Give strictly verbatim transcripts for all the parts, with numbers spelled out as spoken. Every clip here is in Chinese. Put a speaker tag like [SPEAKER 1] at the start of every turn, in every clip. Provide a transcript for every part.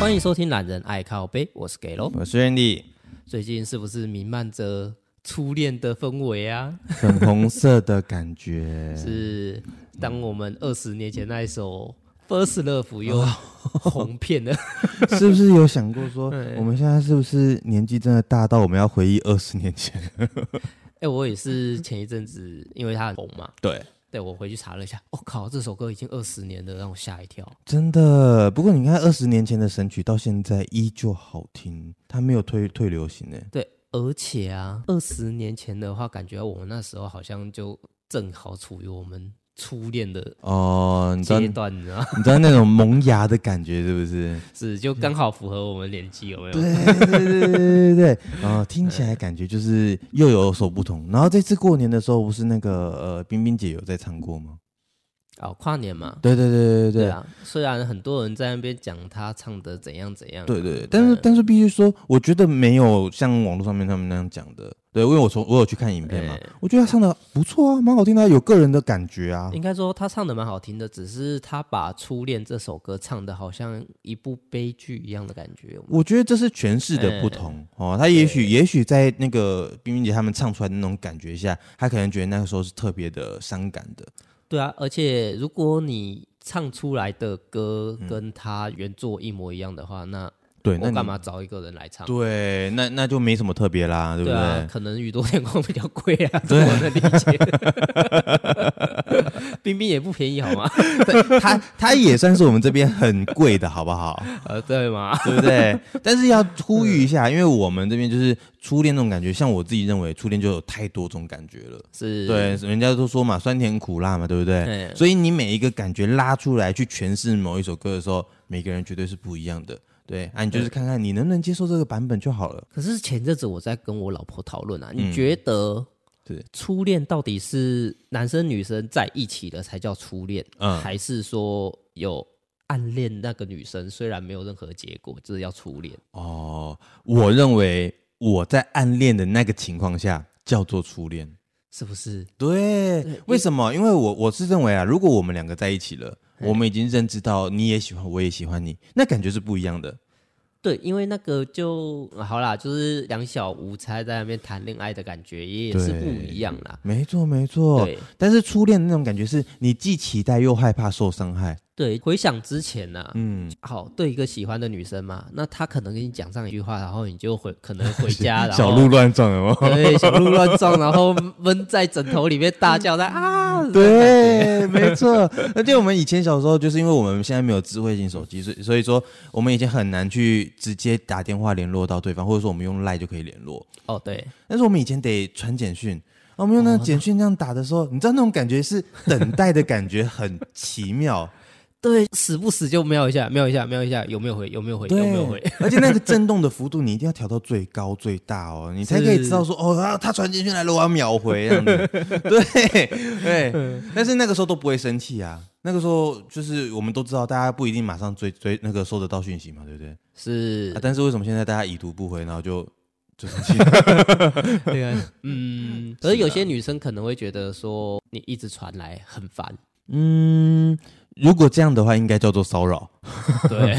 [SPEAKER 1] 欢迎收听懒人爱靠背，我是 Gelo，
[SPEAKER 2] 我是 Randy。
[SPEAKER 1] 最近是不是弥漫着初恋的氛围啊？
[SPEAKER 2] 粉红色的感觉
[SPEAKER 1] 是当我们二十年前那一首 First Love 又红遍了，
[SPEAKER 2] 是不是有想过说我们现在是不是年纪真的大到我们要回忆二十年前？
[SPEAKER 1] 哎、欸，我也是前一阵子因为它很红嘛，
[SPEAKER 2] 对
[SPEAKER 1] 对，我回去查了一下，我、哦、靠，这首歌已经二十年了，让我吓一跳。
[SPEAKER 2] 真的，不过你看二十年前的神曲到现在依旧好听，它没有退退流行诶。
[SPEAKER 1] 对，而且啊，二十年前的话，感觉我们那时候好像就正好处于我们初恋的
[SPEAKER 2] 哦
[SPEAKER 1] 阶段，你知道吗？
[SPEAKER 2] 你知道那种萌芽的感觉是不是？
[SPEAKER 1] 是，就刚好符合我们年纪，有没有？
[SPEAKER 2] 对对对对对对，哦，听起来感觉就是又有所不同。然后这次过年的时候，不是那个呃冰冰姐有在唱过吗？
[SPEAKER 1] 哦，跨年嘛，
[SPEAKER 2] 对对对对对
[SPEAKER 1] 对啊！虽然很多人在那边讲他唱的怎样怎样，
[SPEAKER 2] 对对对，但是但是必须说，我觉得没有像网络上面他们那样讲的。对，因为我从我有去看影片嘛，我觉得他唱的不错啊，蛮好听的，有个人的感觉啊。
[SPEAKER 1] 应该说他唱的蛮好听的，只是他把《初恋》这首歌唱的好像一部悲剧一样的感觉。
[SPEAKER 2] 我觉得这是诠释的不同哦。他也许也许在那个冰冰姐他们唱出来的那种感觉下，他可能觉得那个时候是特别的伤感的。
[SPEAKER 1] 对啊，而且如果你唱出来的歌跟他原作一模一样的话，那
[SPEAKER 2] 对，
[SPEAKER 1] 我干嘛找一个人来唱？
[SPEAKER 2] 对，那那就没什么特别啦，对不对？
[SPEAKER 1] 对啊，可能宇多田光比较贵啊，这我能理解。冰冰也不便宜，好吗？
[SPEAKER 2] 对，他他也算是我们这边很贵的，好不好？
[SPEAKER 1] 呃，对吗？
[SPEAKER 2] 对不对？但是要呼吁一下，因为我们这边就是初恋那种感觉，像我自己认为初恋就有太多种感觉了。
[SPEAKER 1] 是，
[SPEAKER 2] 对，人家都说嘛，酸甜苦辣嘛，对不对？所以你每一个感觉拉出来去诠释某一首歌的时候，每个人绝对是不一样的。对啊，你就是看看你能不能接受这个版本就好了。
[SPEAKER 1] 可是前阵子我在跟我老婆讨论啊，嗯、你觉得初恋到底是男生女生在一起的才叫初恋，嗯、还是说有暗恋那个女生，虽然没有任何结果，就是要初恋？
[SPEAKER 2] 哦，我认为我在暗恋的那个情况下叫做初恋，
[SPEAKER 1] 是不是？
[SPEAKER 2] 对，对，为什么？因为我我是认为啊，如果我们两个在一起了。我们已经认知到你也喜欢我也喜欢你，那感觉是不一样的。
[SPEAKER 1] 对，因为那个就好啦，就是两小无猜在那边谈恋爱的感觉也是不一样啦。
[SPEAKER 2] 没错没错，对。但是初恋的那种感觉是你既期待又害怕受伤害。
[SPEAKER 1] 对，回想之前啊，嗯，好，对一个喜欢的女生嘛，那她可能跟你讲上一句话，然后你就回，可能回家，然后
[SPEAKER 2] 小鹿乱撞了吗？
[SPEAKER 1] 对，小鹿乱撞，然后闷在枕头里面大叫在啊，
[SPEAKER 2] 对，没错。而且我们以前小时候，就是因为我们现在没有智慧型手机，所以所以说我们以前很难去直接打电话联络到对方，或者说我们用 LINE 就可以联络。
[SPEAKER 1] 哦，对。
[SPEAKER 2] 但是我们以前得传简讯。我们用那个简讯这样打的时候，你知道那种感觉是等待的感觉，很奇妙。
[SPEAKER 1] 对，时不时就瞄一下，瞄一下，瞄一下，有没有回？有没有回？有没有回？
[SPEAKER 2] 而且那个震动的幅度，你一定要调到最高最大哦，你才可以知道说，哦，他传简讯来了，我要秒回这样子。对对，但是那个时候都不会生气啊。那个时候就是我们都知道，大家不一定马上追追那个收得到讯息嘛，对不对？
[SPEAKER 1] 是、
[SPEAKER 2] 啊。但是为什么现在大家已读不回，然后就就生气？
[SPEAKER 1] 对啊，嗯。可是有些女生可能会觉得说，你一直传来很烦。
[SPEAKER 2] 嗯。如果这样的话，应该叫做骚扰。
[SPEAKER 1] 对，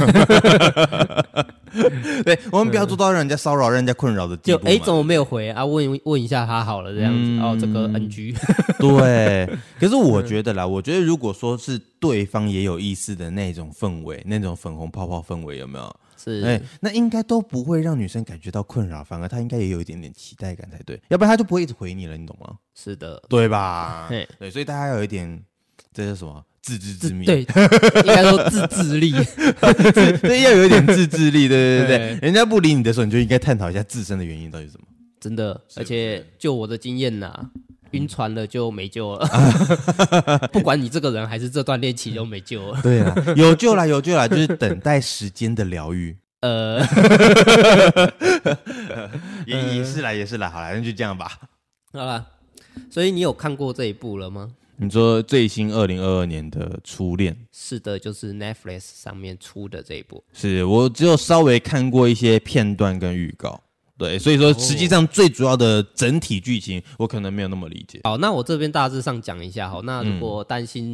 [SPEAKER 2] 对，我们不要做到让人家骚扰、让人家困扰的地步。
[SPEAKER 1] 就哎，怎么没有回啊？问问一下他好了，这样子、嗯、哦，这个 N G。
[SPEAKER 2] 对，可是我觉得啦，我觉得如果说是对方也有意思的那种氛围，那种粉红泡泡氛围，有没有？
[SPEAKER 1] 是，
[SPEAKER 2] 哎，那应该都不会让女生感觉到困扰，反而她应该也有一点点期待感才对，要不然她就不会一直回你了，你懂吗？
[SPEAKER 1] 是的，
[SPEAKER 2] 对吧？对，所以大家有一点，这是什么？自知之明，
[SPEAKER 1] 对，应该说自制力，
[SPEAKER 2] 对，要有一点自制力，对对对对。人家不理你的时候，你就应该探讨一下自身的原因到底是什么。
[SPEAKER 1] 真的，而且就我的经验呐、啊，晕船了就没救了，不管你这个人还是这段恋情都没救了。
[SPEAKER 2] 对啦，有救啦，有救啦，就是等待时间的疗愈。呃，也也是啦，也是啦，好啦，那就这样吧。
[SPEAKER 1] 好啦，所以你有看过这一部了吗？
[SPEAKER 2] 你说最新二零二二年的初恋？
[SPEAKER 1] 是的，就是 Netflix 上面出的这一部。
[SPEAKER 2] 是我只有稍微看过一些片段跟预告，对，所以说实际上最主要的整体剧情我可能没有那么理解。
[SPEAKER 1] 好，那我这边大致上讲一下。好，那如果担心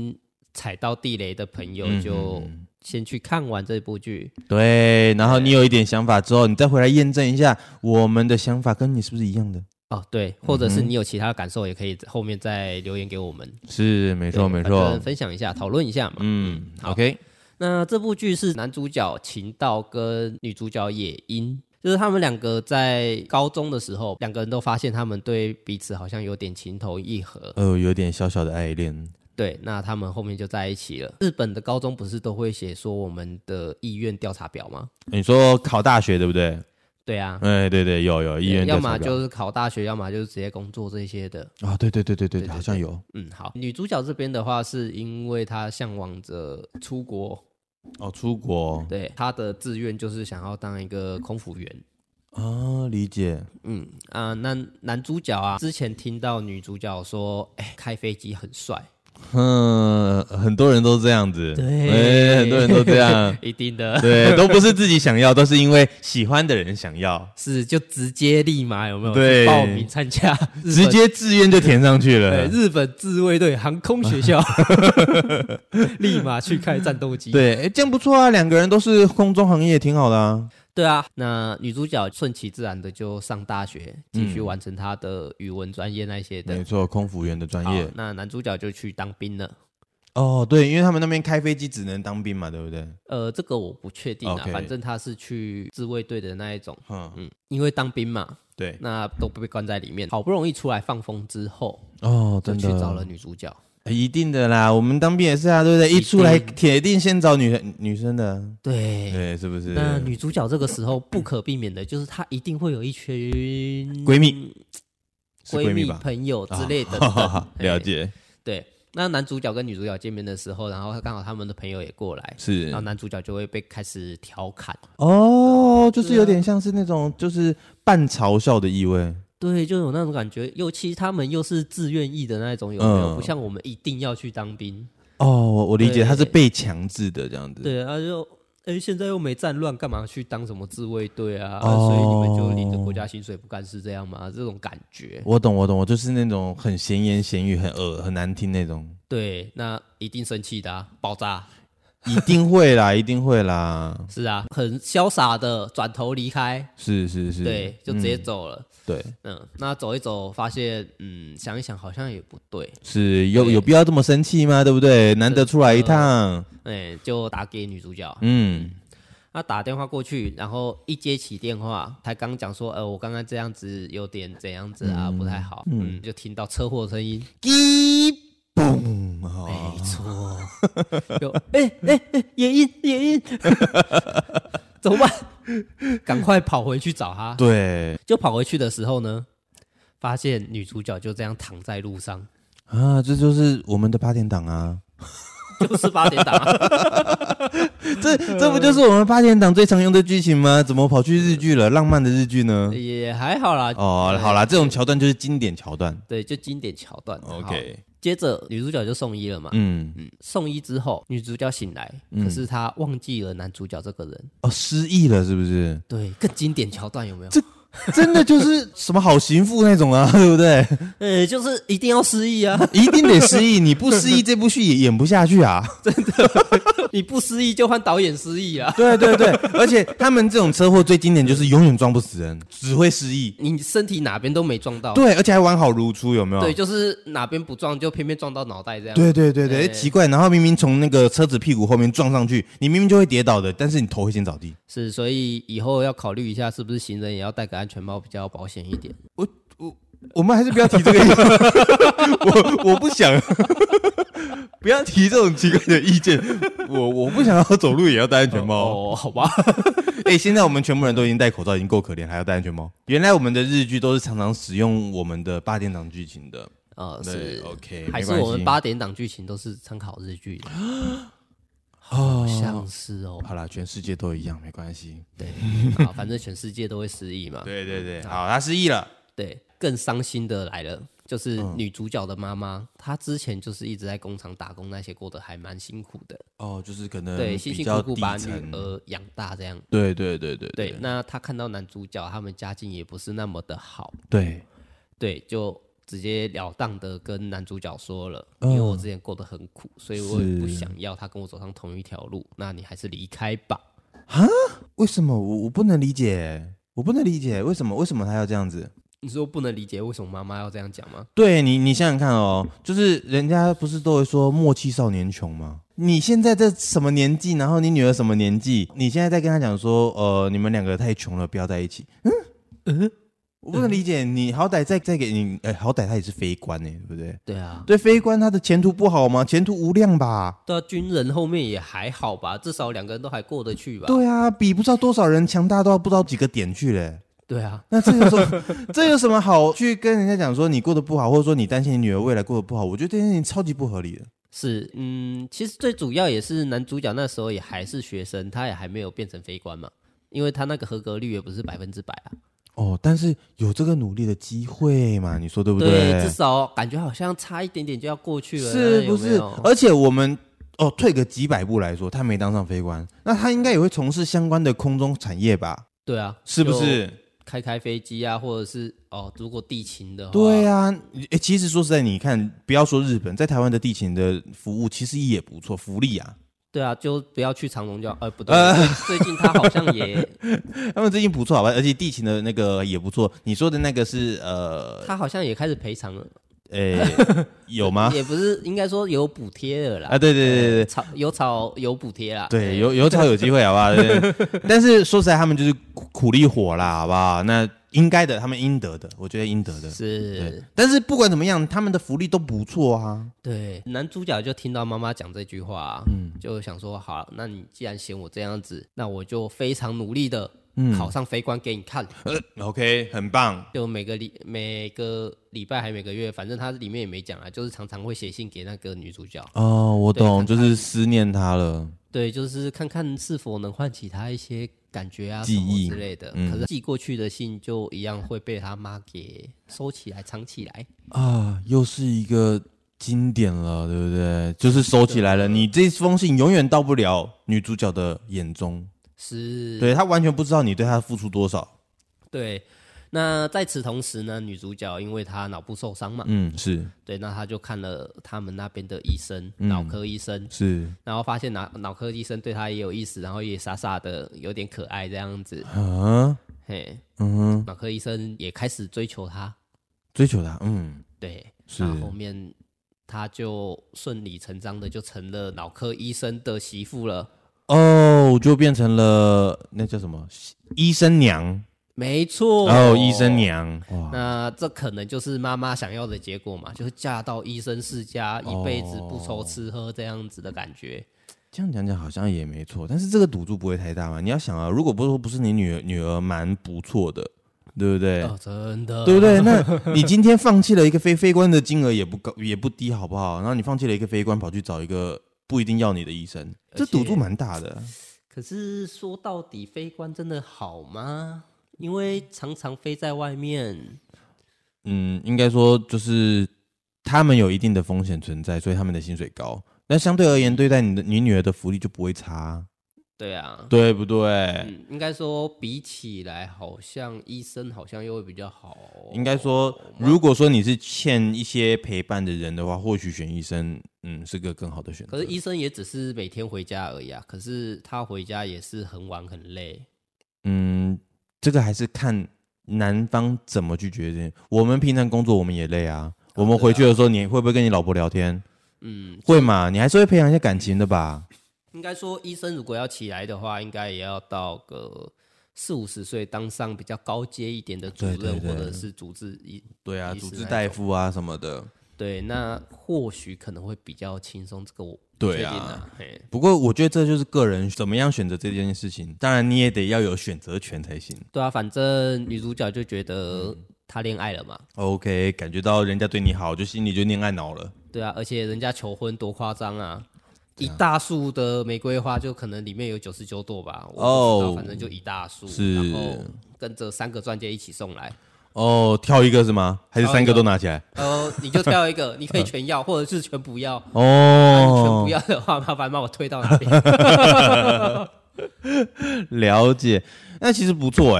[SPEAKER 1] 踩到地雷的朋友就先去看完这部剧，
[SPEAKER 2] 对，然后你有一点想法之后，你再回来验证一下我们的想法跟你是不是一样的。
[SPEAKER 1] 哦，对，或者是你有其他感受，也可以后面再留言给我们。
[SPEAKER 2] 是，没错，没错，
[SPEAKER 1] 分享一下，讨论一下嘛。
[SPEAKER 2] 嗯 ，OK。
[SPEAKER 1] 那这部剧是男主角秦道跟女主角野樱，就是他们两个在高中的时候，两个人都发现他们对彼此好像有点情投意合，
[SPEAKER 2] 呃，有点小小的爱恋。
[SPEAKER 1] 对，那他们后面就在一起了。日本的高中不是都会写说我们的意愿调查表吗？
[SPEAKER 2] 你说考大学对不对？
[SPEAKER 1] 对啊，
[SPEAKER 2] 哎，对对，有有意愿调查表，
[SPEAKER 1] 要么就是考大学，要么就是直接工作这些的
[SPEAKER 2] 啊、哦。对对对对 对, 对，好像有。
[SPEAKER 1] 嗯，好。女主角这边的话，是因为她向往着出国。
[SPEAKER 2] 哦，出国。
[SPEAKER 1] 对，她的志愿就是想要当一个空服员。
[SPEAKER 2] 啊，理解。
[SPEAKER 1] 嗯啊，那男主角啊，之前听到女主角说，哎，开飞机很帅。
[SPEAKER 2] 嗯，很多人都这样子，
[SPEAKER 1] 对，
[SPEAKER 2] 欸、很多人都这样，
[SPEAKER 1] 一定的，
[SPEAKER 2] 对，都不是自己想要，都是因为喜欢的人想要，
[SPEAKER 1] 是就直接立马有没有
[SPEAKER 2] 对
[SPEAKER 1] 报名参加，
[SPEAKER 2] 直接志愿就填上去了。
[SPEAKER 1] 对，日本自卫队航空学校，立马去开战斗机。
[SPEAKER 2] 对，哎，这样不错啊，两个人都是空中行业，挺好的啊。
[SPEAKER 1] 对啊，那女主角顺其自然的就上大学，继续完成她的语文专业那些的。
[SPEAKER 2] 没错，空服员的专业。
[SPEAKER 1] 那男主角就去当兵了。
[SPEAKER 2] 哦，对，因为他们那边开飞机只能当兵嘛，对不对？
[SPEAKER 1] 呃，这个我不确定啊，
[SPEAKER 2] okay.
[SPEAKER 1] 反正他是去自卫队的那一种。嗯嗯，因为当兵嘛，
[SPEAKER 2] 对，
[SPEAKER 1] 那都被关在里面，好不容易出来放风之后，
[SPEAKER 2] 哦，真的
[SPEAKER 1] 就去找了女主角。
[SPEAKER 2] 一定的啦，我们当兵也是啊，对不对？一出来铁定先找女女生的，
[SPEAKER 1] 对
[SPEAKER 2] 对，是不是？
[SPEAKER 1] 那女主角这个时候不可避免的就是她一定会有一群
[SPEAKER 2] 闺蜜、
[SPEAKER 1] 闺蜜朋友之类的。
[SPEAKER 2] 哦、了解。
[SPEAKER 1] 对，那男主角跟女主角见面的时候，然后刚好他们的朋友也过来，
[SPEAKER 2] 是，
[SPEAKER 1] 然后男主角就会被开始调侃。
[SPEAKER 2] 哦，就是有点像是那种就是半嘲笑的意味。
[SPEAKER 1] 对，就有那种感觉，尤其他们又是自愿意的那种，有没有？嗯、不像我们一定要去当兵。
[SPEAKER 2] 哦，我理解，他是被强制的这样子。
[SPEAKER 1] 对啊，就哎，现在又没战乱，干嘛去当什么自卫队啊？哦、啊所以你们就领着国家薪水不干事这样吗？这种感觉。
[SPEAKER 2] 我懂，我懂，我就是那种很闲言闲语、很恶、很难听那种。
[SPEAKER 1] 对，那一定生气的、啊，爆炸。
[SPEAKER 2] 一定会啦，一定会啦。
[SPEAKER 1] 是啊，很潇洒的转头离开。
[SPEAKER 2] 是是是，
[SPEAKER 1] 对，就直接走了。
[SPEAKER 2] 嗯、对，
[SPEAKER 1] 嗯，那走一走，发现，嗯，想一想，好像也不对。
[SPEAKER 2] 是有有必要这么生气吗？对不对？难得出来一趟，
[SPEAKER 1] 哎，就打给女主角。
[SPEAKER 2] 嗯，
[SPEAKER 1] 他打电话过去，然后一接起电话，才刚讲说，呃，我刚刚这样子有点怎样子啊，嗯、不太好。嗯，嗯就听到车祸声音。
[SPEAKER 2] 嘣！
[SPEAKER 1] 没错，有哎哎哎，野樱野樱，怎么办？赶快跑回去找他。
[SPEAKER 2] 对，
[SPEAKER 1] 就跑回去的时候呢，发现女主角就这样躺在路上
[SPEAKER 2] 啊，这就是我们的八点档啊，
[SPEAKER 1] 就是八点档啊。
[SPEAKER 2] 这这不就是我们八点档最常用的剧情吗？怎么跑去日剧了？浪漫的日剧呢？
[SPEAKER 1] 也还好啦。
[SPEAKER 2] 哦，好啦，这种桥段就是经典桥段。
[SPEAKER 1] 对，就经典桥段。
[SPEAKER 2] OK。
[SPEAKER 1] 接着女主角就送医了嘛，嗯嗯，送医之后，女主角醒来，嗯、可是她忘记了男主角这个人，
[SPEAKER 2] 哦，失忆了是不是？
[SPEAKER 1] 对，更经典桥段有没有？
[SPEAKER 2] 这真的就是什么好媳妇那种啊，对不对？
[SPEAKER 1] 呃，就是一定要失忆啊，
[SPEAKER 2] 一定得失忆，你不失忆这部剧也演不下去啊，
[SPEAKER 1] 真的，你不失忆就换导演失忆啊。
[SPEAKER 2] 对对对，而且他们这种车祸最经典就是永远撞不死人，只会失忆，
[SPEAKER 1] 你身体哪边都没撞到，
[SPEAKER 2] 对，而且还完好如初，有没有？
[SPEAKER 1] 对，就是哪边不撞就偏偏撞到脑袋这样。
[SPEAKER 2] 对对对对，欸、奇怪，然后明明从那个车子屁股后面撞上去，你明明就会跌倒的，但是你头会先着地。
[SPEAKER 1] 是，所以以后要考虑一下，是不是行人也要戴个安全帽比较保险一点。
[SPEAKER 2] 我我我们还是不要提这个意见，我我不想不要提这种奇怪的意见。我我不想要走路也要戴安全帽。
[SPEAKER 1] 哦，好吧。
[SPEAKER 2] 哎、欸，现在我们全部人都已经戴口罩，已经够可怜，还要戴安全帽。原来我们的日剧都是常常使用我们的八点档剧情的。
[SPEAKER 1] 呃，是
[SPEAKER 2] OK，
[SPEAKER 1] 还是我们八点档剧情都是参考日剧的。好像是哦。
[SPEAKER 2] 好啦，全世界都一样，没关系。
[SPEAKER 1] 对，好，反正全世界都会失忆嘛。
[SPEAKER 2] 对对对，好，他失忆了。
[SPEAKER 1] 对，更伤心的来了，就是女主角的妈妈，嗯、她之前就是一直在工厂打工，那些过得还蛮辛苦的。
[SPEAKER 2] 哦，就是可能
[SPEAKER 1] 对，辛辛苦苦把女儿养大这样。
[SPEAKER 2] 对对对对
[SPEAKER 1] 对, 对，那她看到男主角他们家境也不是那么的好。
[SPEAKER 2] 对
[SPEAKER 1] 对，就直截了当的跟男主角说了，因为我之前过得很苦，所以我也不想要他跟我走上同一条路，那你还是离开吧。
[SPEAKER 2] 哈？为什么？我我不能理解，我不能理解为什么为什么他要这样子？
[SPEAKER 1] 你说不能理解为什么妈妈要这样讲吗？
[SPEAKER 2] 对你，你想想看哦，就是人家不是都会说莫欺少年穷吗？你现在这什么年纪，然后你女儿什么年纪，你现在在跟他讲说，呃，你们两个太穷了，不要在一起。嗯嗯。我不能理解，你好歹再再给你，哎，好歹他也是飞官呢，对不对？
[SPEAKER 1] 对啊，
[SPEAKER 2] 对，飞官他的前途不好吗？前途无量吧？
[SPEAKER 1] 对啊，军人后面也还好吧，至少两个人都还过得去吧？
[SPEAKER 2] 对啊，比不知道多少人强大到不知道几个点去嘞。
[SPEAKER 1] 对啊，
[SPEAKER 2] 那这有什么？这有什么好去跟人家讲说你过得不好，或者说你担心你女儿未来过得不好？我觉得这件事情超级不合理的。
[SPEAKER 1] 是，嗯，其实最主要也是男主角那时候也还是学生，他也还没有变成飞官嘛，因为他那个合格率也不是百分之百啊。
[SPEAKER 2] 哦，但是有这个努力的机会嘛？你说对不对？
[SPEAKER 1] 对，至少感觉好像差一点点就要过去了，
[SPEAKER 2] 是不是？
[SPEAKER 1] 有有
[SPEAKER 2] 而且我们哦，退个几百步来说，他没当上飞官，那他应该也会从事相关的空中产业吧？
[SPEAKER 1] 对啊，
[SPEAKER 2] 是不是？
[SPEAKER 1] 开开飞机啊，或者是哦，如果地勤的话，
[SPEAKER 2] 对啊，欸，其实说实在，你看，不要说日本，在台湾的地勤的服务其实也不错，福利啊。
[SPEAKER 1] 对啊，就不要去长荣就呃不对，呃、最近他好像也，
[SPEAKER 2] 他们最近不错，好吧，而且地勤的那个也不错。你说的那个是呃，
[SPEAKER 1] 他好像也开始赔偿了。
[SPEAKER 2] 诶、欸，有吗？
[SPEAKER 1] 也不是，应该说有补贴了啦。
[SPEAKER 2] 啊，对对对对，
[SPEAKER 1] 炒有炒有补贴啦。
[SPEAKER 2] 对，有有炒有机会，好不好？对但是说实在，他们就是苦力活啦，好不好？那应该的，他们应得的，我觉得应得的。
[SPEAKER 1] 是，
[SPEAKER 2] 但是不管怎么样，他们的福利都不错啊。
[SPEAKER 1] 对，男主角就听到妈妈讲这句话，嗯，就想说，好，那你既然嫌我这样子，那我就非常努力的。考上飞官给你看，
[SPEAKER 2] 呃 ，OK， 很棒。
[SPEAKER 1] 就每个礼每个礼拜还每个月，反正他里面也没讲啊，就是常常会写信给那个女主角。
[SPEAKER 2] 哦，我懂，就是思念她了。
[SPEAKER 1] 对，就是看看是否能唤起她一些感觉啊、
[SPEAKER 2] 记忆
[SPEAKER 1] 之类的。嗯、可是寄过去的信就一样会被他妈给收起来、藏起来
[SPEAKER 2] 啊，又是一个经典了，对不对？就是收起来了，你这封信永远到不了女主角的眼中。
[SPEAKER 1] 是，
[SPEAKER 2] 对，他完全不知道你对他付出多少。
[SPEAKER 1] 对，那在此同时呢，女主角因为她脑部受伤嘛，
[SPEAKER 2] 嗯，是
[SPEAKER 1] 对，那她就看了他们那边的医生，脑、嗯、科医生
[SPEAKER 2] 是，
[SPEAKER 1] 然后发现脑脑科医生对她也有意思，然后也傻傻的，有点可爱这样子。
[SPEAKER 2] 啊，
[SPEAKER 1] 嘿，
[SPEAKER 2] 嗯哼，
[SPEAKER 1] 脑科医生也开始追求她，
[SPEAKER 2] 追求她，嗯，
[SPEAKER 1] 对，
[SPEAKER 2] 是，
[SPEAKER 1] 那后面她就顺理成章的就成了脑科医生的媳妇了。
[SPEAKER 2] 哦，就变成了那叫什么医生娘，
[SPEAKER 1] 没错。
[SPEAKER 2] 哦，医生娘，哇，
[SPEAKER 1] 那这可能就是妈妈想要的结果嘛，就是嫁到医生世家，一辈子不愁吃喝这样子的感觉。
[SPEAKER 2] 这样讲讲好像也没错，但是这个赌注不会太大嘛？你要想啊，如果不是说不是你女儿女儿蛮不错的，对不对？
[SPEAKER 1] 哦，真的，
[SPEAKER 2] 对不对？那你今天放弃了一个非非官的金额也不高也不低，好不好？然后你放弃了一个非官，跑去找一个不一定要你的医生，这赌注蛮大的。
[SPEAKER 1] 可是说到底，飞官真的好吗？因为常常飞在外面。
[SPEAKER 2] 嗯，应该说就是他们有一定的风险存在，所以他们的薪水高。但相对而言，对待你的你女儿的福利就不会差。
[SPEAKER 1] 对啊，
[SPEAKER 2] 对不对？
[SPEAKER 1] 嗯，应该说比起来，好像医生好像又会比较好。
[SPEAKER 2] 应该说，如果说你是欠一些陪伴的人的话，或许选医生，嗯，是个更好的选择。
[SPEAKER 1] 可是医生也只是每天回家而已啊，可是他回家也是很晚很累。
[SPEAKER 2] 嗯，这个还是看男方怎么去决定。我们平常工作我们也累啊，我们回去的时候，你会不会跟你老婆聊天？嗯，会嘛？你还是会培养一些感情的吧？
[SPEAKER 1] 应该说，医生如果要起来的话，应该也要到个四五十岁，当上比较高阶一点的主任，对对对，或者是主治医，
[SPEAKER 2] 对啊，主治大夫啊什么的。
[SPEAKER 1] 对，那或许可能会比较轻松。这个我
[SPEAKER 2] 对啊，不过我觉得这就是个人怎么样选择这件事情。当然，你也得要有选择权才行。
[SPEAKER 1] 对啊，反正女主角就觉得她恋爱了嘛。
[SPEAKER 2] OK， 感觉到人家对你好，就心里就恋爱脑了。
[SPEAKER 1] 对啊，而且人家求婚多夸张啊！一大束的玫瑰花，就可能里面有九十九朵吧，我不知道， oh, 反正就一大束，然后跟着三个钻戒一起送来。
[SPEAKER 2] 哦，挑一个是吗？还是三个都拿起来？
[SPEAKER 1] 呃，你就挑一个，你可以全要，或者是全不要。
[SPEAKER 2] 哦，
[SPEAKER 1] 啊、你全不要的话，麻烦帮我推到那边。
[SPEAKER 2] 了解，那其实不错哎。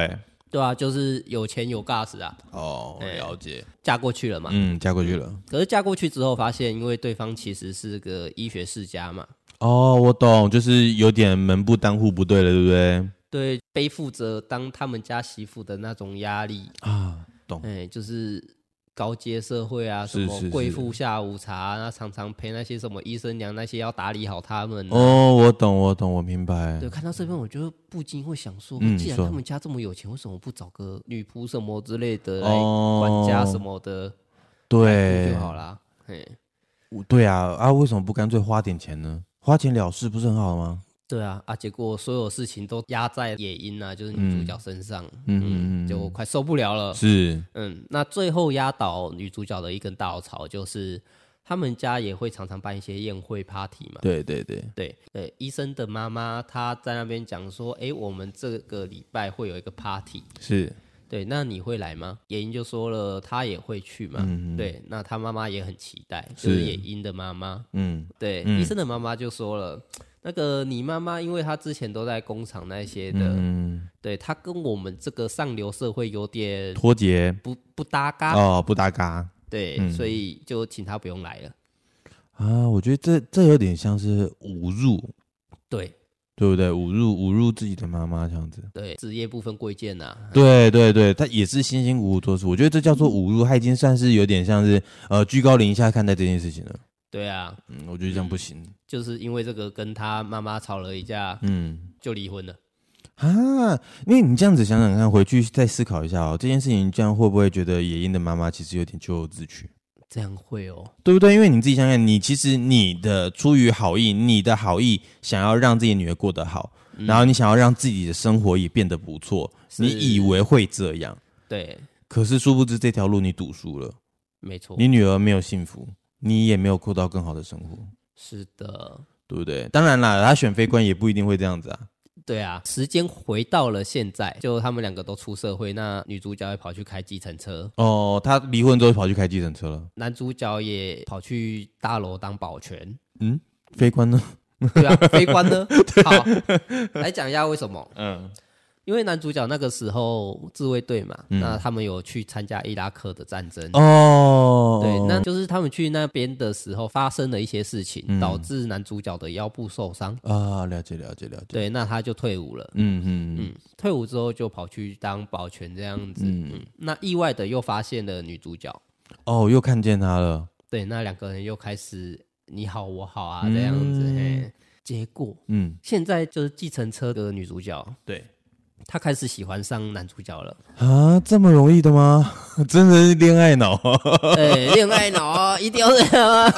[SPEAKER 1] 对啊，就是有钱有 gas 啊。
[SPEAKER 2] 哦，了解。
[SPEAKER 1] 嫁过去了嘛？
[SPEAKER 2] 嗯，嫁过去了。
[SPEAKER 1] 可是嫁过去之后，发现因为对方其实是个医学世家嘛。
[SPEAKER 2] 哦，我懂，就是有点门不当户不对了，对不对？
[SPEAKER 1] 对，背负着当他们家媳妇的那种压力
[SPEAKER 2] 啊，懂。
[SPEAKER 1] 哎，就是高阶社会啊，什么贵妇下午茶，那常常陪那些什么医生娘那些要打理好他们、啊。
[SPEAKER 2] 哦，我懂，我懂，我明白。
[SPEAKER 1] 对，看到这边我就不禁会想说，
[SPEAKER 2] 嗯、
[SPEAKER 1] 既然他们家这么有钱，为什么不找个女仆什么之类的来管家什么的？哦、
[SPEAKER 2] 对，
[SPEAKER 1] 就好啦。嘿，
[SPEAKER 2] 对啊，啊，为什么不干脆花点钱呢？花钱了事不是很好吗？
[SPEAKER 1] 对啊，啊，结果所有事情都压在野樱啊，就是女主角身上，
[SPEAKER 2] 嗯嗯嗯，
[SPEAKER 1] 就快受不了了。
[SPEAKER 2] 是，
[SPEAKER 1] 嗯，那最后压倒女主角的一根大稻草就是，他们家也会常常办一些宴会 party 嘛。
[SPEAKER 2] 对对对
[SPEAKER 1] 对对，医生的妈妈她在那边讲说，哎，我们这个礼拜会有一个 party，
[SPEAKER 2] 是。
[SPEAKER 1] 对，那你会来吗？野樱就说了，他也会去嘛。嗯、对，那他妈妈也很期待，就是野樱的妈妈。嗯，对，嗯、医生的妈妈就说了，那个你妈妈，因为她之前都在工厂那些的，嗯、对，她跟我们这个上流社会有点
[SPEAKER 2] 脱节，
[SPEAKER 1] 不不搭嘎
[SPEAKER 2] 哦，不搭嘎。
[SPEAKER 1] 对，嗯、所以就请她不用来了。
[SPEAKER 2] 啊，我觉得这这有点像是侮辱。
[SPEAKER 1] 对。
[SPEAKER 2] 对不对？侮辱侮辱自己的妈妈这样子，
[SPEAKER 1] 对，职业不分贵贱呐、啊。
[SPEAKER 2] 对对对，他也是辛辛苦苦做事，我觉得这叫做侮辱，他已经算是有点像是呃居高临下看待这件事情了。
[SPEAKER 1] 对啊，
[SPEAKER 2] 嗯，我觉得这样不行。嗯、
[SPEAKER 1] 就是因为这个跟他妈妈吵了一架，嗯，就离婚了。
[SPEAKER 2] 啊，因为你这样子想想看，回去再思考一下哦，这件事情这样会不会觉得野樱的妈妈其实有点咎由自取？
[SPEAKER 1] 这样会哦，
[SPEAKER 2] 对不对？因为你自己想想，你其实你的出于好意，你的好意想要让自己女儿过得好，嗯、然后你想要让自己的生活也变得不错，你以为会这样，
[SPEAKER 1] 对，
[SPEAKER 2] 可是殊不知这条路你赌输了，
[SPEAKER 1] 没错，
[SPEAKER 2] 你女儿没有幸福，你也没有过到更好的生活，
[SPEAKER 1] 是的，
[SPEAKER 2] 对不对？当然啦，他选非官也不一定会这样子啊。
[SPEAKER 1] 对啊，时间回到了现在，就他们两个都出社会，那女主角也跑去开计程车。
[SPEAKER 2] 哦，她离婚之后跑去开计程车了。
[SPEAKER 1] 男主角也跑去大楼当保全。
[SPEAKER 2] 嗯，非官呢？
[SPEAKER 1] 对啊，非官呢？好，来讲一下为什么。嗯。因为男主角那个时候自卫队嘛，嗯、那他们有去参加伊拉克的战争哦，对，那就是他们去那边的时候发生了一些事情，嗯、导致男主角的腰部受伤
[SPEAKER 2] 啊，了解了解了解。
[SPEAKER 1] 对，那他就退伍了，嗯嗯嗯，退伍之后就跑去当保全这样子，嗯嗯，那意外的又发现了女主角，
[SPEAKER 2] 哦，又看见她了，
[SPEAKER 1] 对，那两个人又开始你好我好啊这样子，嗯、嘿，结果，嗯，现在就是计程车的女主角，
[SPEAKER 2] 对。
[SPEAKER 1] 他开始喜欢上男主角了
[SPEAKER 2] 啊？这么容易的吗？真的是恋爱脑？
[SPEAKER 1] 对，恋爱脑啊，一定要这样啊！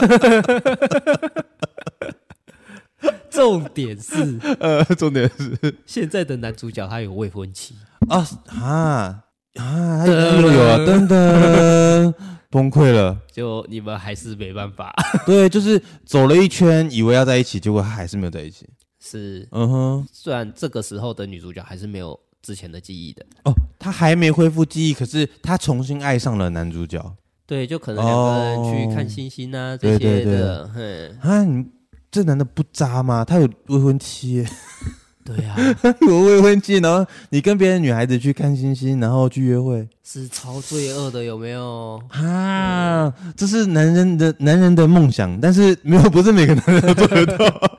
[SPEAKER 1] 重点是，
[SPEAKER 2] 呃，重点是，
[SPEAKER 1] 现在的男主角他有未婚妻
[SPEAKER 2] 啊啊啊！又有啊，噔噔，崩溃了。
[SPEAKER 1] 就你们还是没办法。
[SPEAKER 2] 对，就是走了一圈，以为要在一起，结果还是没有在一起。
[SPEAKER 1] 是，嗯哼，虽然这个时候的女主角还是没有之前的记忆的
[SPEAKER 2] 哦，她还没恢复记忆，可是她重新爱上了男主角。
[SPEAKER 1] 对，就可能两个人去看星星啊、哦、这些的。
[SPEAKER 2] 对啊，你这男的不渣吗？他有未婚妻耶。
[SPEAKER 1] 对啊，
[SPEAKER 2] 有未婚妻，然后你跟别的女孩子去看星星，然后去约会，
[SPEAKER 1] 是超罪恶的，有没有
[SPEAKER 2] 啊？嗯、这是男人的男人的梦想，但是没有，不是每个男人都做得到。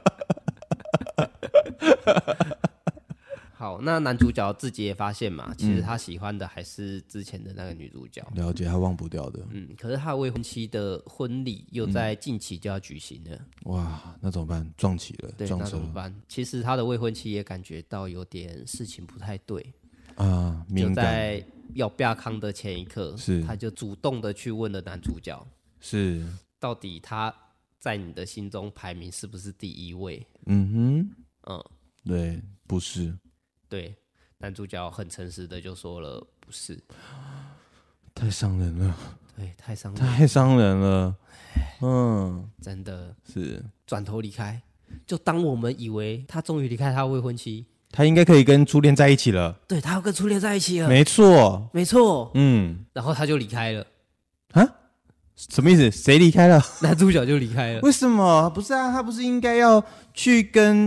[SPEAKER 1] 好，那男主角自己也发现嘛，其实他喜欢的还是之前的那个女主角，
[SPEAKER 2] 嗯、了解，他忘不掉的。
[SPEAKER 1] 嗯，可是他未婚妻的婚礼又在近期就要举行了。
[SPEAKER 2] 嗯、哇，那怎么办？撞起了，
[SPEAKER 1] 对，
[SPEAKER 2] 撞车
[SPEAKER 1] 那怎么办？其实他的未婚妻也感觉到有点事情不太对
[SPEAKER 2] 啊，敏感。
[SPEAKER 1] 就在要亚康的前一刻，
[SPEAKER 2] 是
[SPEAKER 1] 他就主动的去问了男主角，
[SPEAKER 2] 是
[SPEAKER 1] 到底他在你的心中排名是不是第一位？
[SPEAKER 2] 嗯哼，嗯，对，不是。
[SPEAKER 1] 对，男主角很诚实的就说了不是，
[SPEAKER 2] 太伤人了。
[SPEAKER 1] 对，太伤人了，
[SPEAKER 2] 太伤人了。嗯，
[SPEAKER 1] 真的
[SPEAKER 2] 是
[SPEAKER 1] 转头离开。就当我们以为他终于离开他未婚妻，
[SPEAKER 2] 他应该可以跟初恋在一起了。
[SPEAKER 1] 对，他要跟初恋在一起了。
[SPEAKER 2] 没错，
[SPEAKER 1] 没错。
[SPEAKER 2] 嗯，
[SPEAKER 1] 然后他就离开了。
[SPEAKER 2] 啊？什么意思？谁离开了？
[SPEAKER 1] 男主角就离开了。
[SPEAKER 2] 为什么？不是啊，他不是应该要去跟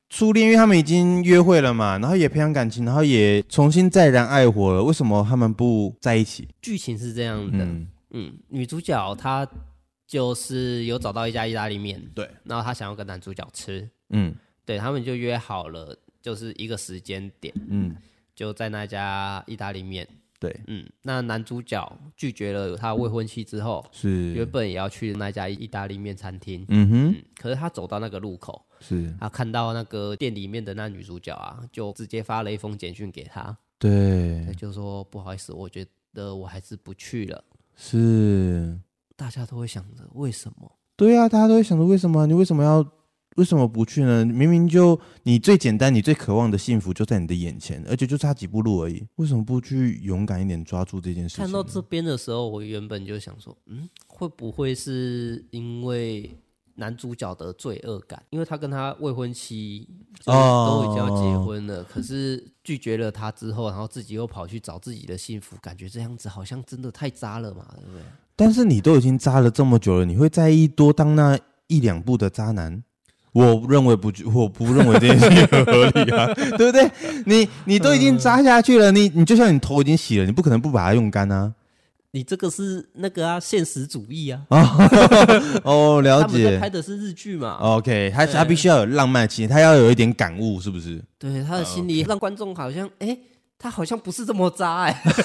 [SPEAKER 2] 初恋，因为他们已经约会了嘛，然后也培养感情，然后也重新再燃爱火了，为什么他们不在一起？
[SPEAKER 1] 剧情是这样的，嗯，嗯女主角她就是有找到一家意大利面，
[SPEAKER 2] 对，
[SPEAKER 1] 然后她想要跟男主角吃，
[SPEAKER 2] 嗯，
[SPEAKER 1] 对他们就约好了，就是一个时间点，嗯，就在那家意大利面。
[SPEAKER 2] 对，
[SPEAKER 1] 嗯，那男主角拒绝了他的未婚妻之后，是原本也要去那家意大利面餐厅，嗯哼、嗯，可是他走到那个路口，是他看到那个店里面的那女主角啊，就直接发了一封简讯给他，对，就说不好意思，我觉得我还是不去了。是，大家都会想着为什么？
[SPEAKER 2] 对啊，大家都会想着为什么？你为什么要？为什么不去呢？明明就你最简单、你最渴望的幸福就在你的眼前，而且就差几步路而已。为什么不去勇敢一点抓住这件事情？
[SPEAKER 1] 看到这边的时候，我原本就想说，嗯，会不会是因为男主角的罪恶感？因为他跟他未婚妻就是都已经要结婚了，哦、可是拒绝了他之后，然后自己又跑去找自己的幸福，感觉这样子好像真的太渣了嘛，对不对？
[SPEAKER 2] 但是你都已经渣了这么久了，你会在意多当那一两步的渣男？我认为不，我不认为这件事情很合理啊，对不对？你你都已经扎下去了，你你就像你头已经洗了，你不可能不把它用干啊。
[SPEAKER 1] 你这个是那个啊，现实主义啊。
[SPEAKER 2] 哦，了解。
[SPEAKER 1] 他们在拍的是日剧嘛
[SPEAKER 2] ？OK， 他他必须要有浪漫气，他要有一点感悟，是不是？
[SPEAKER 1] 对，他的心里让观众好像，哎、欸，他好像不是这么渣哎、欸。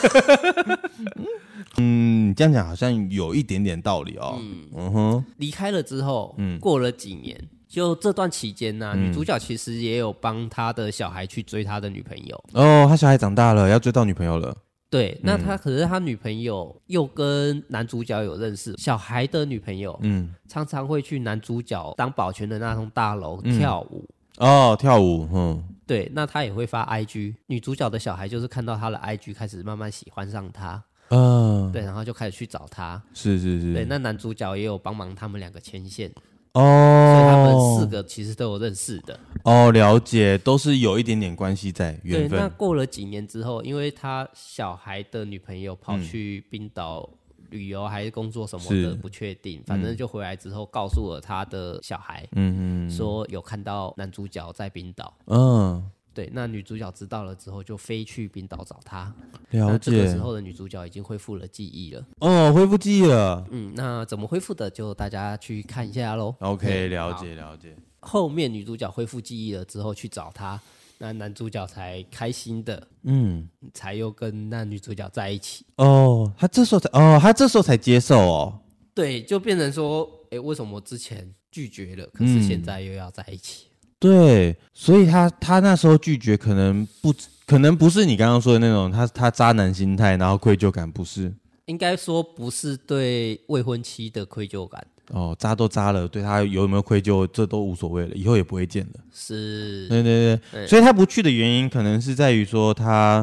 [SPEAKER 2] 嗯，这样讲好像有一点点道理哦。嗯嗯哼，
[SPEAKER 1] 离开了之后，嗯，过了几年。就这段期间呢、啊嗯，女主角其实也有帮他的小孩去追他的女朋友。
[SPEAKER 2] 哦，他小孩长大了，要追到女朋友了。
[SPEAKER 1] 对，那他可是他女朋友又跟男主角有认识，小孩的女朋友，嗯，常常会去男主角当保全的那栋大楼跳舞。
[SPEAKER 2] 嗯、哦，跳舞，嗯，
[SPEAKER 1] 对，那他也会发 I G， 女主角的小孩就是看到他的 I G 开始慢慢喜欢上他。嗯，对，然后就开始去找他。
[SPEAKER 2] 是是是。
[SPEAKER 1] 对，那男主角也有帮忙他们两个牵线。
[SPEAKER 2] 哦，
[SPEAKER 1] 所以他们四个其实都有认识的。
[SPEAKER 2] 哦，了解，都是有一点点关系在缘分。
[SPEAKER 1] 对，那过了几年之后，因为他小孩的女朋友跑去冰岛旅游还是工作什么的，不确定，反正就回来之后告诉了他的小孩，嗯嗯，说有看到男主角在冰岛，嗯。对，那女主角知道了之后，就飞去冰岛找他。
[SPEAKER 2] 了解。
[SPEAKER 1] 这个时候的女主角已经恢复了记忆了。
[SPEAKER 2] 哦，恢复记忆了。
[SPEAKER 1] 嗯，那怎么恢复的，就大家去看一下咯。
[SPEAKER 2] OK， 了解了解。
[SPEAKER 1] 后面女主角恢复记忆了之后去找他，那男主角才开心的，嗯，才又跟那女主角在一起。
[SPEAKER 2] 哦，他这时候才哦，他这时候才接受哦。
[SPEAKER 1] 对，就变成说，哎、欸，为什么我之前拒绝了，可是现在又要在一起？嗯
[SPEAKER 2] 对，所以他他那时候拒绝，可能不可能不是你刚刚说的那种他他渣男心态，然后愧疚感，不是？
[SPEAKER 1] 应该说不是对未婚妻的愧疚感。
[SPEAKER 2] 哦，渣都渣了，对他有没有愧疚，这都无所谓了，以后也不会见了。
[SPEAKER 1] 是，
[SPEAKER 2] 对对对，对，所以他不去的原因，可能是在于说他，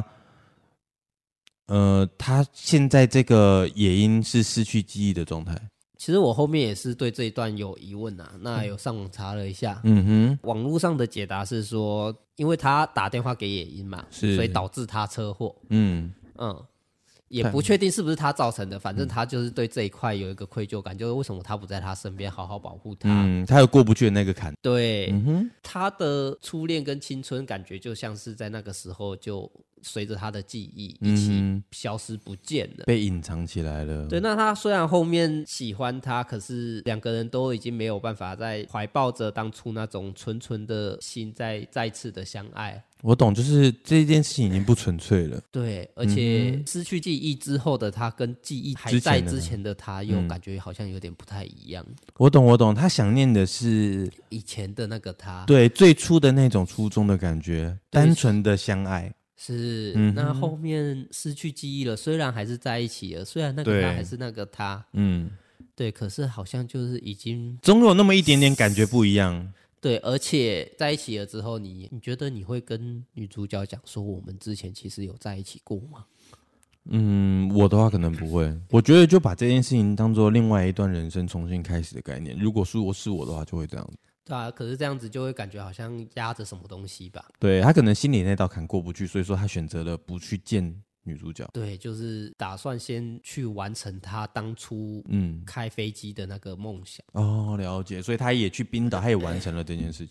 [SPEAKER 2] 呃，他现在这个野鹰是失去记忆的状态。
[SPEAKER 1] 其实我后面也是对这一段有疑问啊，那有上网查了一下，嗯哼，网络上的解答是说，因为他打电话给野鹰嘛，所以导致他车祸，嗯嗯，也不确定是不是他造成的，反正他就是对这一块有一个愧疚感，就是为什么他不在他身边好好保护他，
[SPEAKER 2] 嗯，他有过不去的那个坎，
[SPEAKER 1] 对，嗯哼，他的初恋跟青春感觉就像是在那个时候就随着他的记忆一起消失不见了，
[SPEAKER 2] 被隐藏起来了。
[SPEAKER 1] 对，那他虽然后面喜欢他，可是两个人都已经没有办法再怀抱着当初那种纯纯的心再再次的相爱。
[SPEAKER 2] 我懂，就是这件事情已经不纯粹了。
[SPEAKER 1] 对，而且失去记忆之后的他跟记忆还在之前的他又感觉好像有点不太一样。
[SPEAKER 2] 我懂我懂，他想念的是
[SPEAKER 1] 以前的那个他，
[SPEAKER 2] 对，最初的那种初衷的感觉，单纯的相爱。
[SPEAKER 1] 是、嗯，那后面失去记忆了，虽然还是在一起了，虽然那个他还是那个他，嗯，对，可是好像就是已经
[SPEAKER 2] 总有那么一点点感觉不一样。
[SPEAKER 1] 对，而且在一起了之后，你你觉得你会跟女主角讲说我们之前其实有在一起过吗？
[SPEAKER 2] 嗯，我的话可能不会，我觉得就把这件事情当做另外一段人生重新开始的概念。如果是我是我的话，就会这样子。
[SPEAKER 1] 对啊，可是这样子就会感觉好像压着什么东西吧？
[SPEAKER 2] 对，他可能心里那道坎过不去，所以说他选择了不去见女主角。
[SPEAKER 1] 对，就是打算先去完成他当初嗯开飞机的那个梦想。
[SPEAKER 2] 哦，了解，所以他也去冰岛，他也完成了这件事情。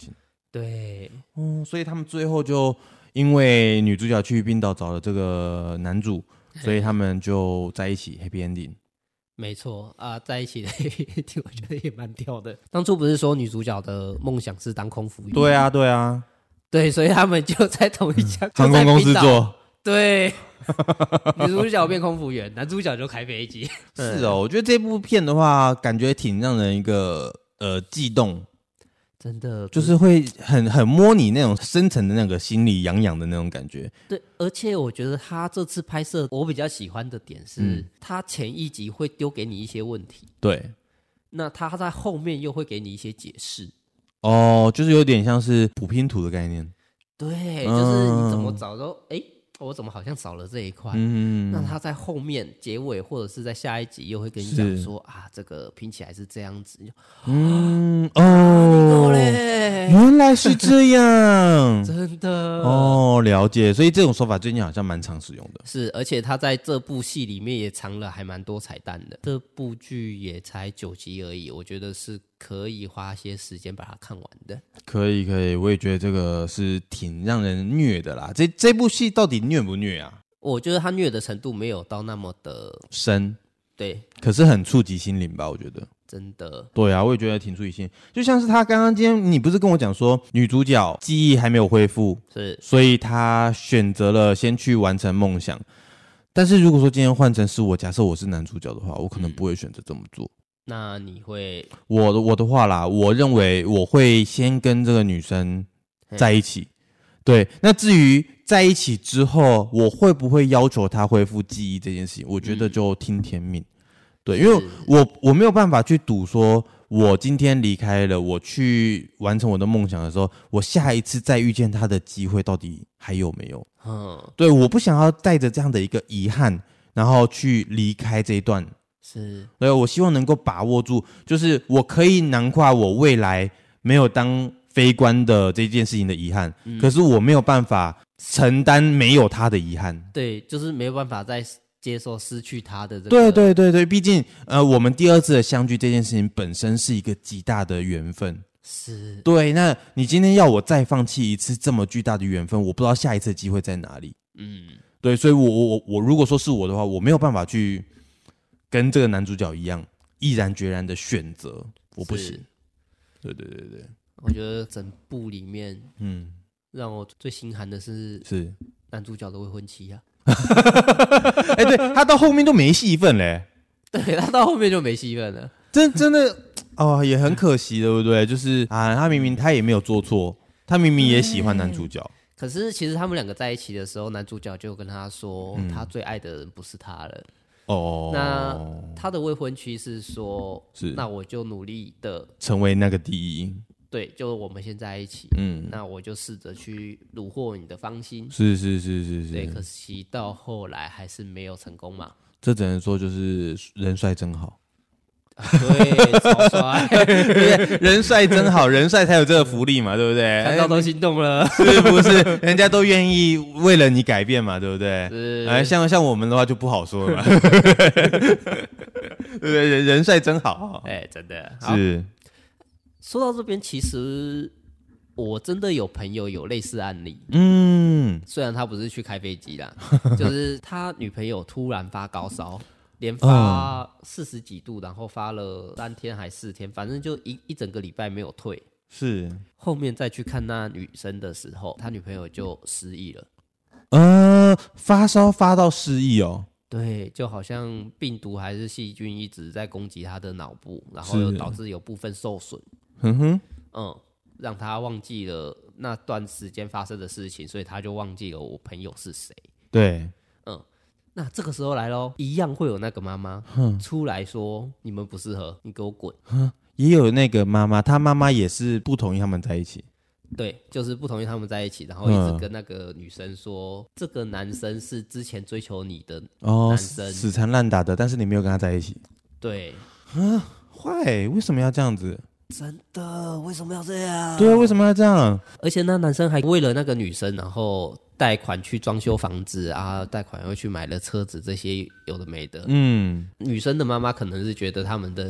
[SPEAKER 1] 对，
[SPEAKER 2] 嗯，所以他们最后就因为女主角去冰岛找了这个男主，所以他们就在一起 happy ending。
[SPEAKER 1] 没错啊，在一起的 happy ending 我觉得也蛮屌的。当初不是说女主角的梦想是当空服员？
[SPEAKER 2] 对啊，对啊，
[SPEAKER 1] 对，所以他们就在同一家、嗯、
[SPEAKER 2] 航空公司做。
[SPEAKER 1] 对，女主角变空服员，男主角就开飞机。
[SPEAKER 2] 是哦，我觉得这部片的话，感觉挺让人一个呃悸动。
[SPEAKER 1] 真的
[SPEAKER 2] 就是会很很摸你那种深层的那个心里痒痒的那种感觉。
[SPEAKER 1] 对，而且我觉得他这次拍摄我比较喜欢的点是，嗯、他前一集会丢给你一些问题，
[SPEAKER 2] 对，
[SPEAKER 1] 那他在后面又会给你一些解释。
[SPEAKER 2] 哦，就是有点像是补拼图的概念。
[SPEAKER 1] 对，就是你怎么找都哎。嗯我怎么好像少了这一块？嗯，那他在后面结尾或者是在下一集又会跟你讲说啊，这个拼起来是这样子。嗯
[SPEAKER 2] 哦，原来是这样，
[SPEAKER 1] 真的
[SPEAKER 2] 哦，了解。所以这种说法最近好像蛮常使用的。
[SPEAKER 1] 是，而且他在这部戏里面也藏了还蛮多彩蛋的。这部剧也才九集而已，我觉得是可以花些时间把它看完的。
[SPEAKER 2] 可以，可以，我也觉得这个是挺让人虐的啦。这这部戏到底虐不虐啊？
[SPEAKER 1] 我觉得他虐的程度没有到那么的
[SPEAKER 2] 深，
[SPEAKER 1] 对，
[SPEAKER 2] 可是很触及心灵吧？我觉得
[SPEAKER 1] 真的。
[SPEAKER 2] 对啊，我也觉得挺触及心灵。就像是他刚刚今天，你不是跟我讲说，女主角记忆还没有恢复，
[SPEAKER 1] 是，
[SPEAKER 2] 所以她选择了先去完成梦想。但是如果说今天换成是我，假设我是男主角的话，我可能不会选择这么做。嗯，
[SPEAKER 1] 那你会？
[SPEAKER 2] 我的我的话啦，我认为我会先跟这个女生在一起。对，那至于在一起之后，我会不会要求她恢复记忆这件事情，我觉得就听天命。嗯、对，因为我我没有办法去赌说，我今天离开了，我去完成我的梦想的时候，我下一次再遇见她的机会到底还有没有？嗯，对，我不想要带着这样的一个遗憾，然后去离开这一段。
[SPEAKER 1] 是，
[SPEAKER 2] 对，我希望能够把握住，就是我可以囊括我未来没有当飞官的这件事情的遗憾，嗯、可是我没有办法承担没有他的遗憾。
[SPEAKER 1] 对，就是没有办法再接受失去他的这个。
[SPEAKER 2] 对对对对，毕竟呃，我们第二次的相聚这件事情本身是一个极大的缘分。
[SPEAKER 1] 是，
[SPEAKER 2] 对，那你今天要我再放弃一次这么巨大的缘分，我不知道下一次的机会在哪里。嗯，对，所以我我我我如果说是我的话，我没有办法去跟这个男主角一样毅然决然的选择，我不行。对对对对，
[SPEAKER 1] 我觉得整部里面，嗯，让我最心寒的是
[SPEAKER 2] 是
[SPEAKER 1] 男主角的未婚妻啊。
[SPEAKER 2] 哎、欸，对，他到后面都没戏份嘞。
[SPEAKER 1] 对，他到后面就没戏份了，
[SPEAKER 2] 真真的哦，也很可惜，对不对？就是啊，他明明他也没有做错，他明明也喜欢男主角。
[SPEAKER 1] 可是其实他们两个在一起的时候，男主角就跟他说，嗯、他最爱的人不是他了。哦，那他的未婚妻是说，是那我就努力的
[SPEAKER 2] 成为那个第一。
[SPEAKER 1] 对，就我们先在一起，嗯，那我就试着去虏获你的芳心。
[SPEAKER 2] 是是是是是，
[SPEAKER 1] 对，可惜到后来还是没有成功嘛。
[SPEAKER 2] 这只能说就是人帅真好。
[SPEAKER 1] 对，超帅，
[SPEAKER 2] 人帅真好，人帅才有这个福利嘛，对不对？
[SPEAKER 1] 看到都心动了，
[SPEAKER 2] 是不是？人家都愿意为了你改变嘛，对不对？是，哎，像像我们的话就不好说了嘛，对不对？人人帅真好，
[SPEAKER 1] 哎、欸，真的
[SPEAKER 2] 是。
[SPEAKER 1] 说到这边，其实我真的有朋友有类似案例，
[SPEAKER 2] 嗯，
[SPEAKER 1] 虽然他不是去开飞机啦，就是他女朋友突然发高烧。连发四十几度，然后发了三天还四天，反正就一一整个礼拜没有退。
[SPEAKER 2] 是，
[SPEAKER 1] 后面再去看那女生的时候，他女朋友就失忆了。
[SPEAKER 2] 呃，发烧发到失忆哦。
[SPEAKER 1] 对，就好像病毒还是细菌一直在攻击他的脑部，然后又导致有部分受损。嗯哼，嗯，让他忘记了那段时间发生的事情，所以他就忘记了我朋友是谁。
[SPEAKER 2] 对。
[SPEAKER 1] 那这个时候来咯，一样会有那个妈妈出来说：“你们不适合，你给我滚。”
[SPEAKER 2] 也有那个妈妈，她妈妈也是不同意他们在一起。
[SPEAKER 1] 对，就是不同意他们在一起，然后一直跟那个女生说：“嗯、这个男生是之前追求你的男生，哦、
[SPEAKER 2] 死缠烂打的，但是你没有跟他在一起。”
[SPEAKER 1] 对，
[SPEAKER 2] 啊，坏，为什么要这样子？
[SPEAKER 1] 真的，为什么要这样？
[SPEAKER 2] 对啊，为什么要这样？
[SPEAKER 1] 而且那男生还为了那个女生，然后贷款去装修房子啊，贷款又去买了车子，这些有的没的。嗯，女生的妈妈可能是觉得他们的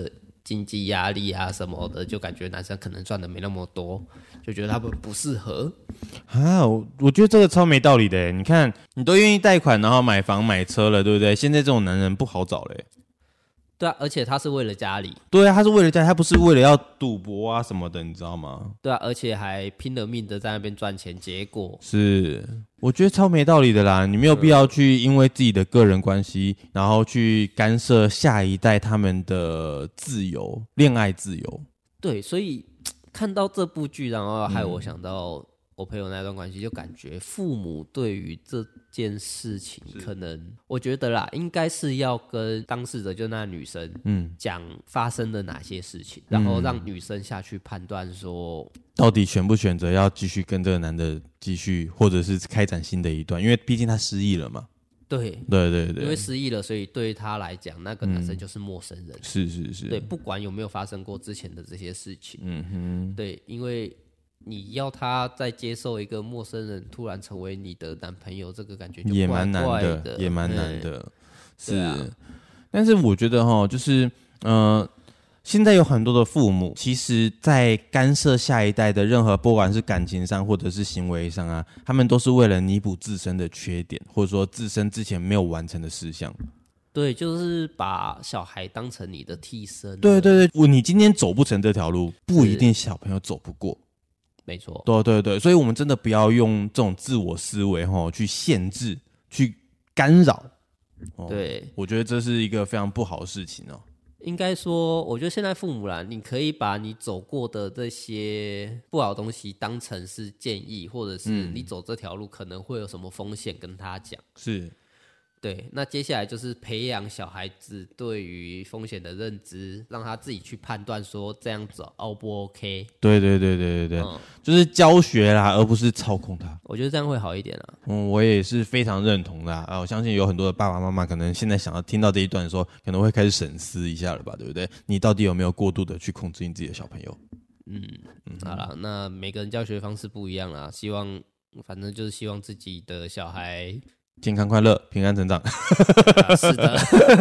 [SPEAKER 1] 经济压力啊什么的，就感觉男生可能赚的没那么多，就觉得他们不适合
[SPEAKER 2] 啊。我我觉得这个超没道理的耶，你看你都愿意贷款然后买房买车了，对不对？现在这种男人不好找嘞。
[SPEAKER 1] 对啊，而且他是为了家里。
[SPEAKER 2] 对啊，他是为了家里，他不是为了要赌博啊什么的，你知道吗？
[SPEAKER 1] 对啊，而且还拼了命的在那边赚钱，结果
[SPEAKER 2] 是我觉得超没道理的啦。你没有必要去因为自己的个人关系，然后去干涉下一代他们的自由、恋爱自由。
[SPEAKER 1] 对，所以看到这部剧，然后害我想到我朋友那段关系，就感觉父母对于这件事情，可能我觉得啦，应该是要跟当事者，就那女生，嗯，讲发生了哪些事情，然后让女生下去判断说，
[SPEAKER 2] 到底选不选择要继续跟这个男的继续，或者是开展新的一段，因为毕竟他失忆了嘛。
[SPEAKER 1] 对
[SPEAKER 2] 对对对，
[SPEAKER 1] 因为失忆了，所以对他来讲，那个男生就是陌生人。
[SPEAKER 2] 嗯、是是是，
[SPEAKER 1] 对，不管有没有发生过之前的这些事情，嗯哼，对，因为你要他再接受一个陌生人突然成为你的男朋友，这个感觉就
[SPEAKER 2] 也蛮难
[SPEAKER 1] 的，
[SPEAKER 2] 也蛮难的。是、啊，但是我觉得哈，就是呃。现在有很多的父母，其实在干涉下一代的任何，不管是感情上或者是行为上啊，他们都是为了弥补自身的缺点，或者说自身之前没有完成的事项。
[SPEAKER 1] 对，就是把小孩当成你的替身。
[SPEAKER 2] 对对对，你今天走不成这条路，不一定小朋友走不过。
[SPEAKER 1] 没错。
[SPEAKER 2] 对对对，所以我们真的不要用这种自我思维齁去限制、去干扰。
[SPEAKER 1] 哦、对，
[SPEAKER 2] 我觉得这是一个非常不好的事情哦。
[SPEAKER 1] 应该说，我觉得现在父母啦，你可以把你走过的这些不好的东西当成是建议，或者是你走这条路可能会有什么风险跟他讲。
[SPEAKER 2] 是，
[SPEAKER 1] 对。那接下来就是培养小孩子对于风险的认知，让他自己去判断说这样子 O 不 OK。
[SPEAKER 2] 对对对对对对、嗯，就是教学啦，而不是操控他。
[SPEAKER 1] 我觉得这样会好一点啊。
[SPEAKER 2] 嗯，我也是非常认同的啊。我相信有很多的爸爸妈妈可能现在想要听到这一段的时候，可能会开始审思一下了吧，对不对？你到底有没有过度的去控制你自己的小朋友？
[SPEAKER 1] 嗯嗯，好啦，那每个人教学方式不一样啦，希望反正就是希望自己的小孩
[SPEAKER 2] 健康快乐，平安成长。
[SPEAKER 1] 啊、是的。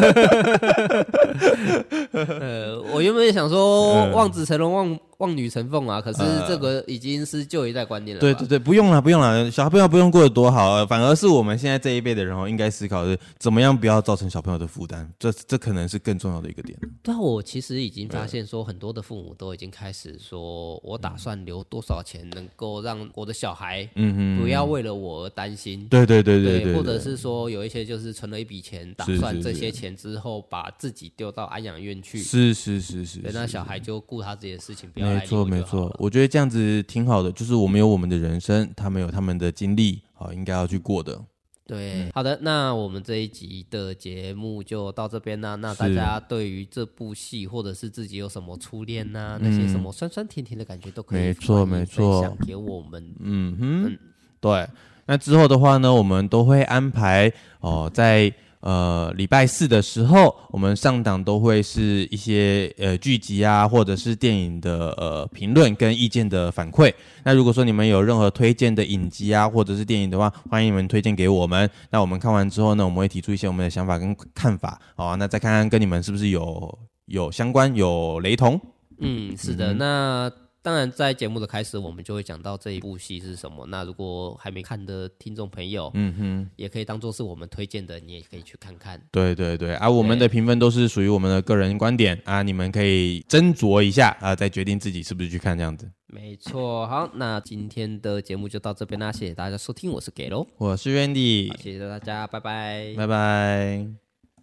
[SPEAKER 1] 呃，我原本也想说望子成龙，望望女成凤啊，可是这个已经是旧一代观念了。
[SPEAKER 2] 对对对，不用了不用了，小朋友不用过得多好，反而是我们现在这一辈的人哦，应该思考的是怎么样不要造成小朋友的负担，这这可能是更重要的一个点。
[SPEAKER 1] 对啊，我其实已经发现说，很多的父母都已经开始说，我打算留多少钱能够让我的小孩，嗯不要为了我而担心。
[SPEAKER 2] 对对对对
[SPEAKER 1] 对, 对, 对，或者是说有一些就是存了一笔钱，打算这些钱之后把自己丢到安养院去。
[SPEAKER 2] 是是是是，
[SPEAKER 1] 对，那小孩就顾他自己的事情，不要来理我就好了。
[SPEAKER 2] 没错没错，我觉得这样子挺好的，就是我们有我们的人生，他们有他们的经历，好，应该要去过的。
[SPEAKER 1] 对，好的，那我们这一集的节目就到这边啦。那大家对于这部戏，或者是自己有什么初恋呐、嗯，那些什么酸酸甜甜的感觉，都可以
[SPEAKER 2] 没错没错
[SPEAKER 1] 分享给我们。
[SPEAKER 2] 嗯哼，嗯对。那之后的话呢，我们都会安排哦，在呃礼拜四的时候，我们上档都会是一些呃剧集啊，或者是电影的呃评论跟意见的反馈。那如果说你们有任何推荐的影集啊，或者是电影的话，欢迎你们推荐给我们。那我们看完之后呢，我们会提出一些我们的想法跟看法，好、哦，那再看看跟你们是不是有有相关、有雷同。
[SPEAKER 1] 嗯，是的，嗯、那。当然，在节目的开始，我们就会讲到这一部戏是什么。那如果还没看的听众朋友，嗯哼，也可以当做是我们推荐的，你也可以去看看。
[SPEAKER 2] 对对对，啊，我们的评分都是属于我们的个人观点啊，你们可以斟酌一下啊，再决定自己是不是去看这样子。
[SPEAKER 1] 没错，好，那今天的节目就到这边啦，谢谢大家收听，我是给喽，
[SPEAKER 2] 我是 Randy，
[SPEAKER 1] 谢谢大家，拜拜，
[SPEAKER 2] 拜拜。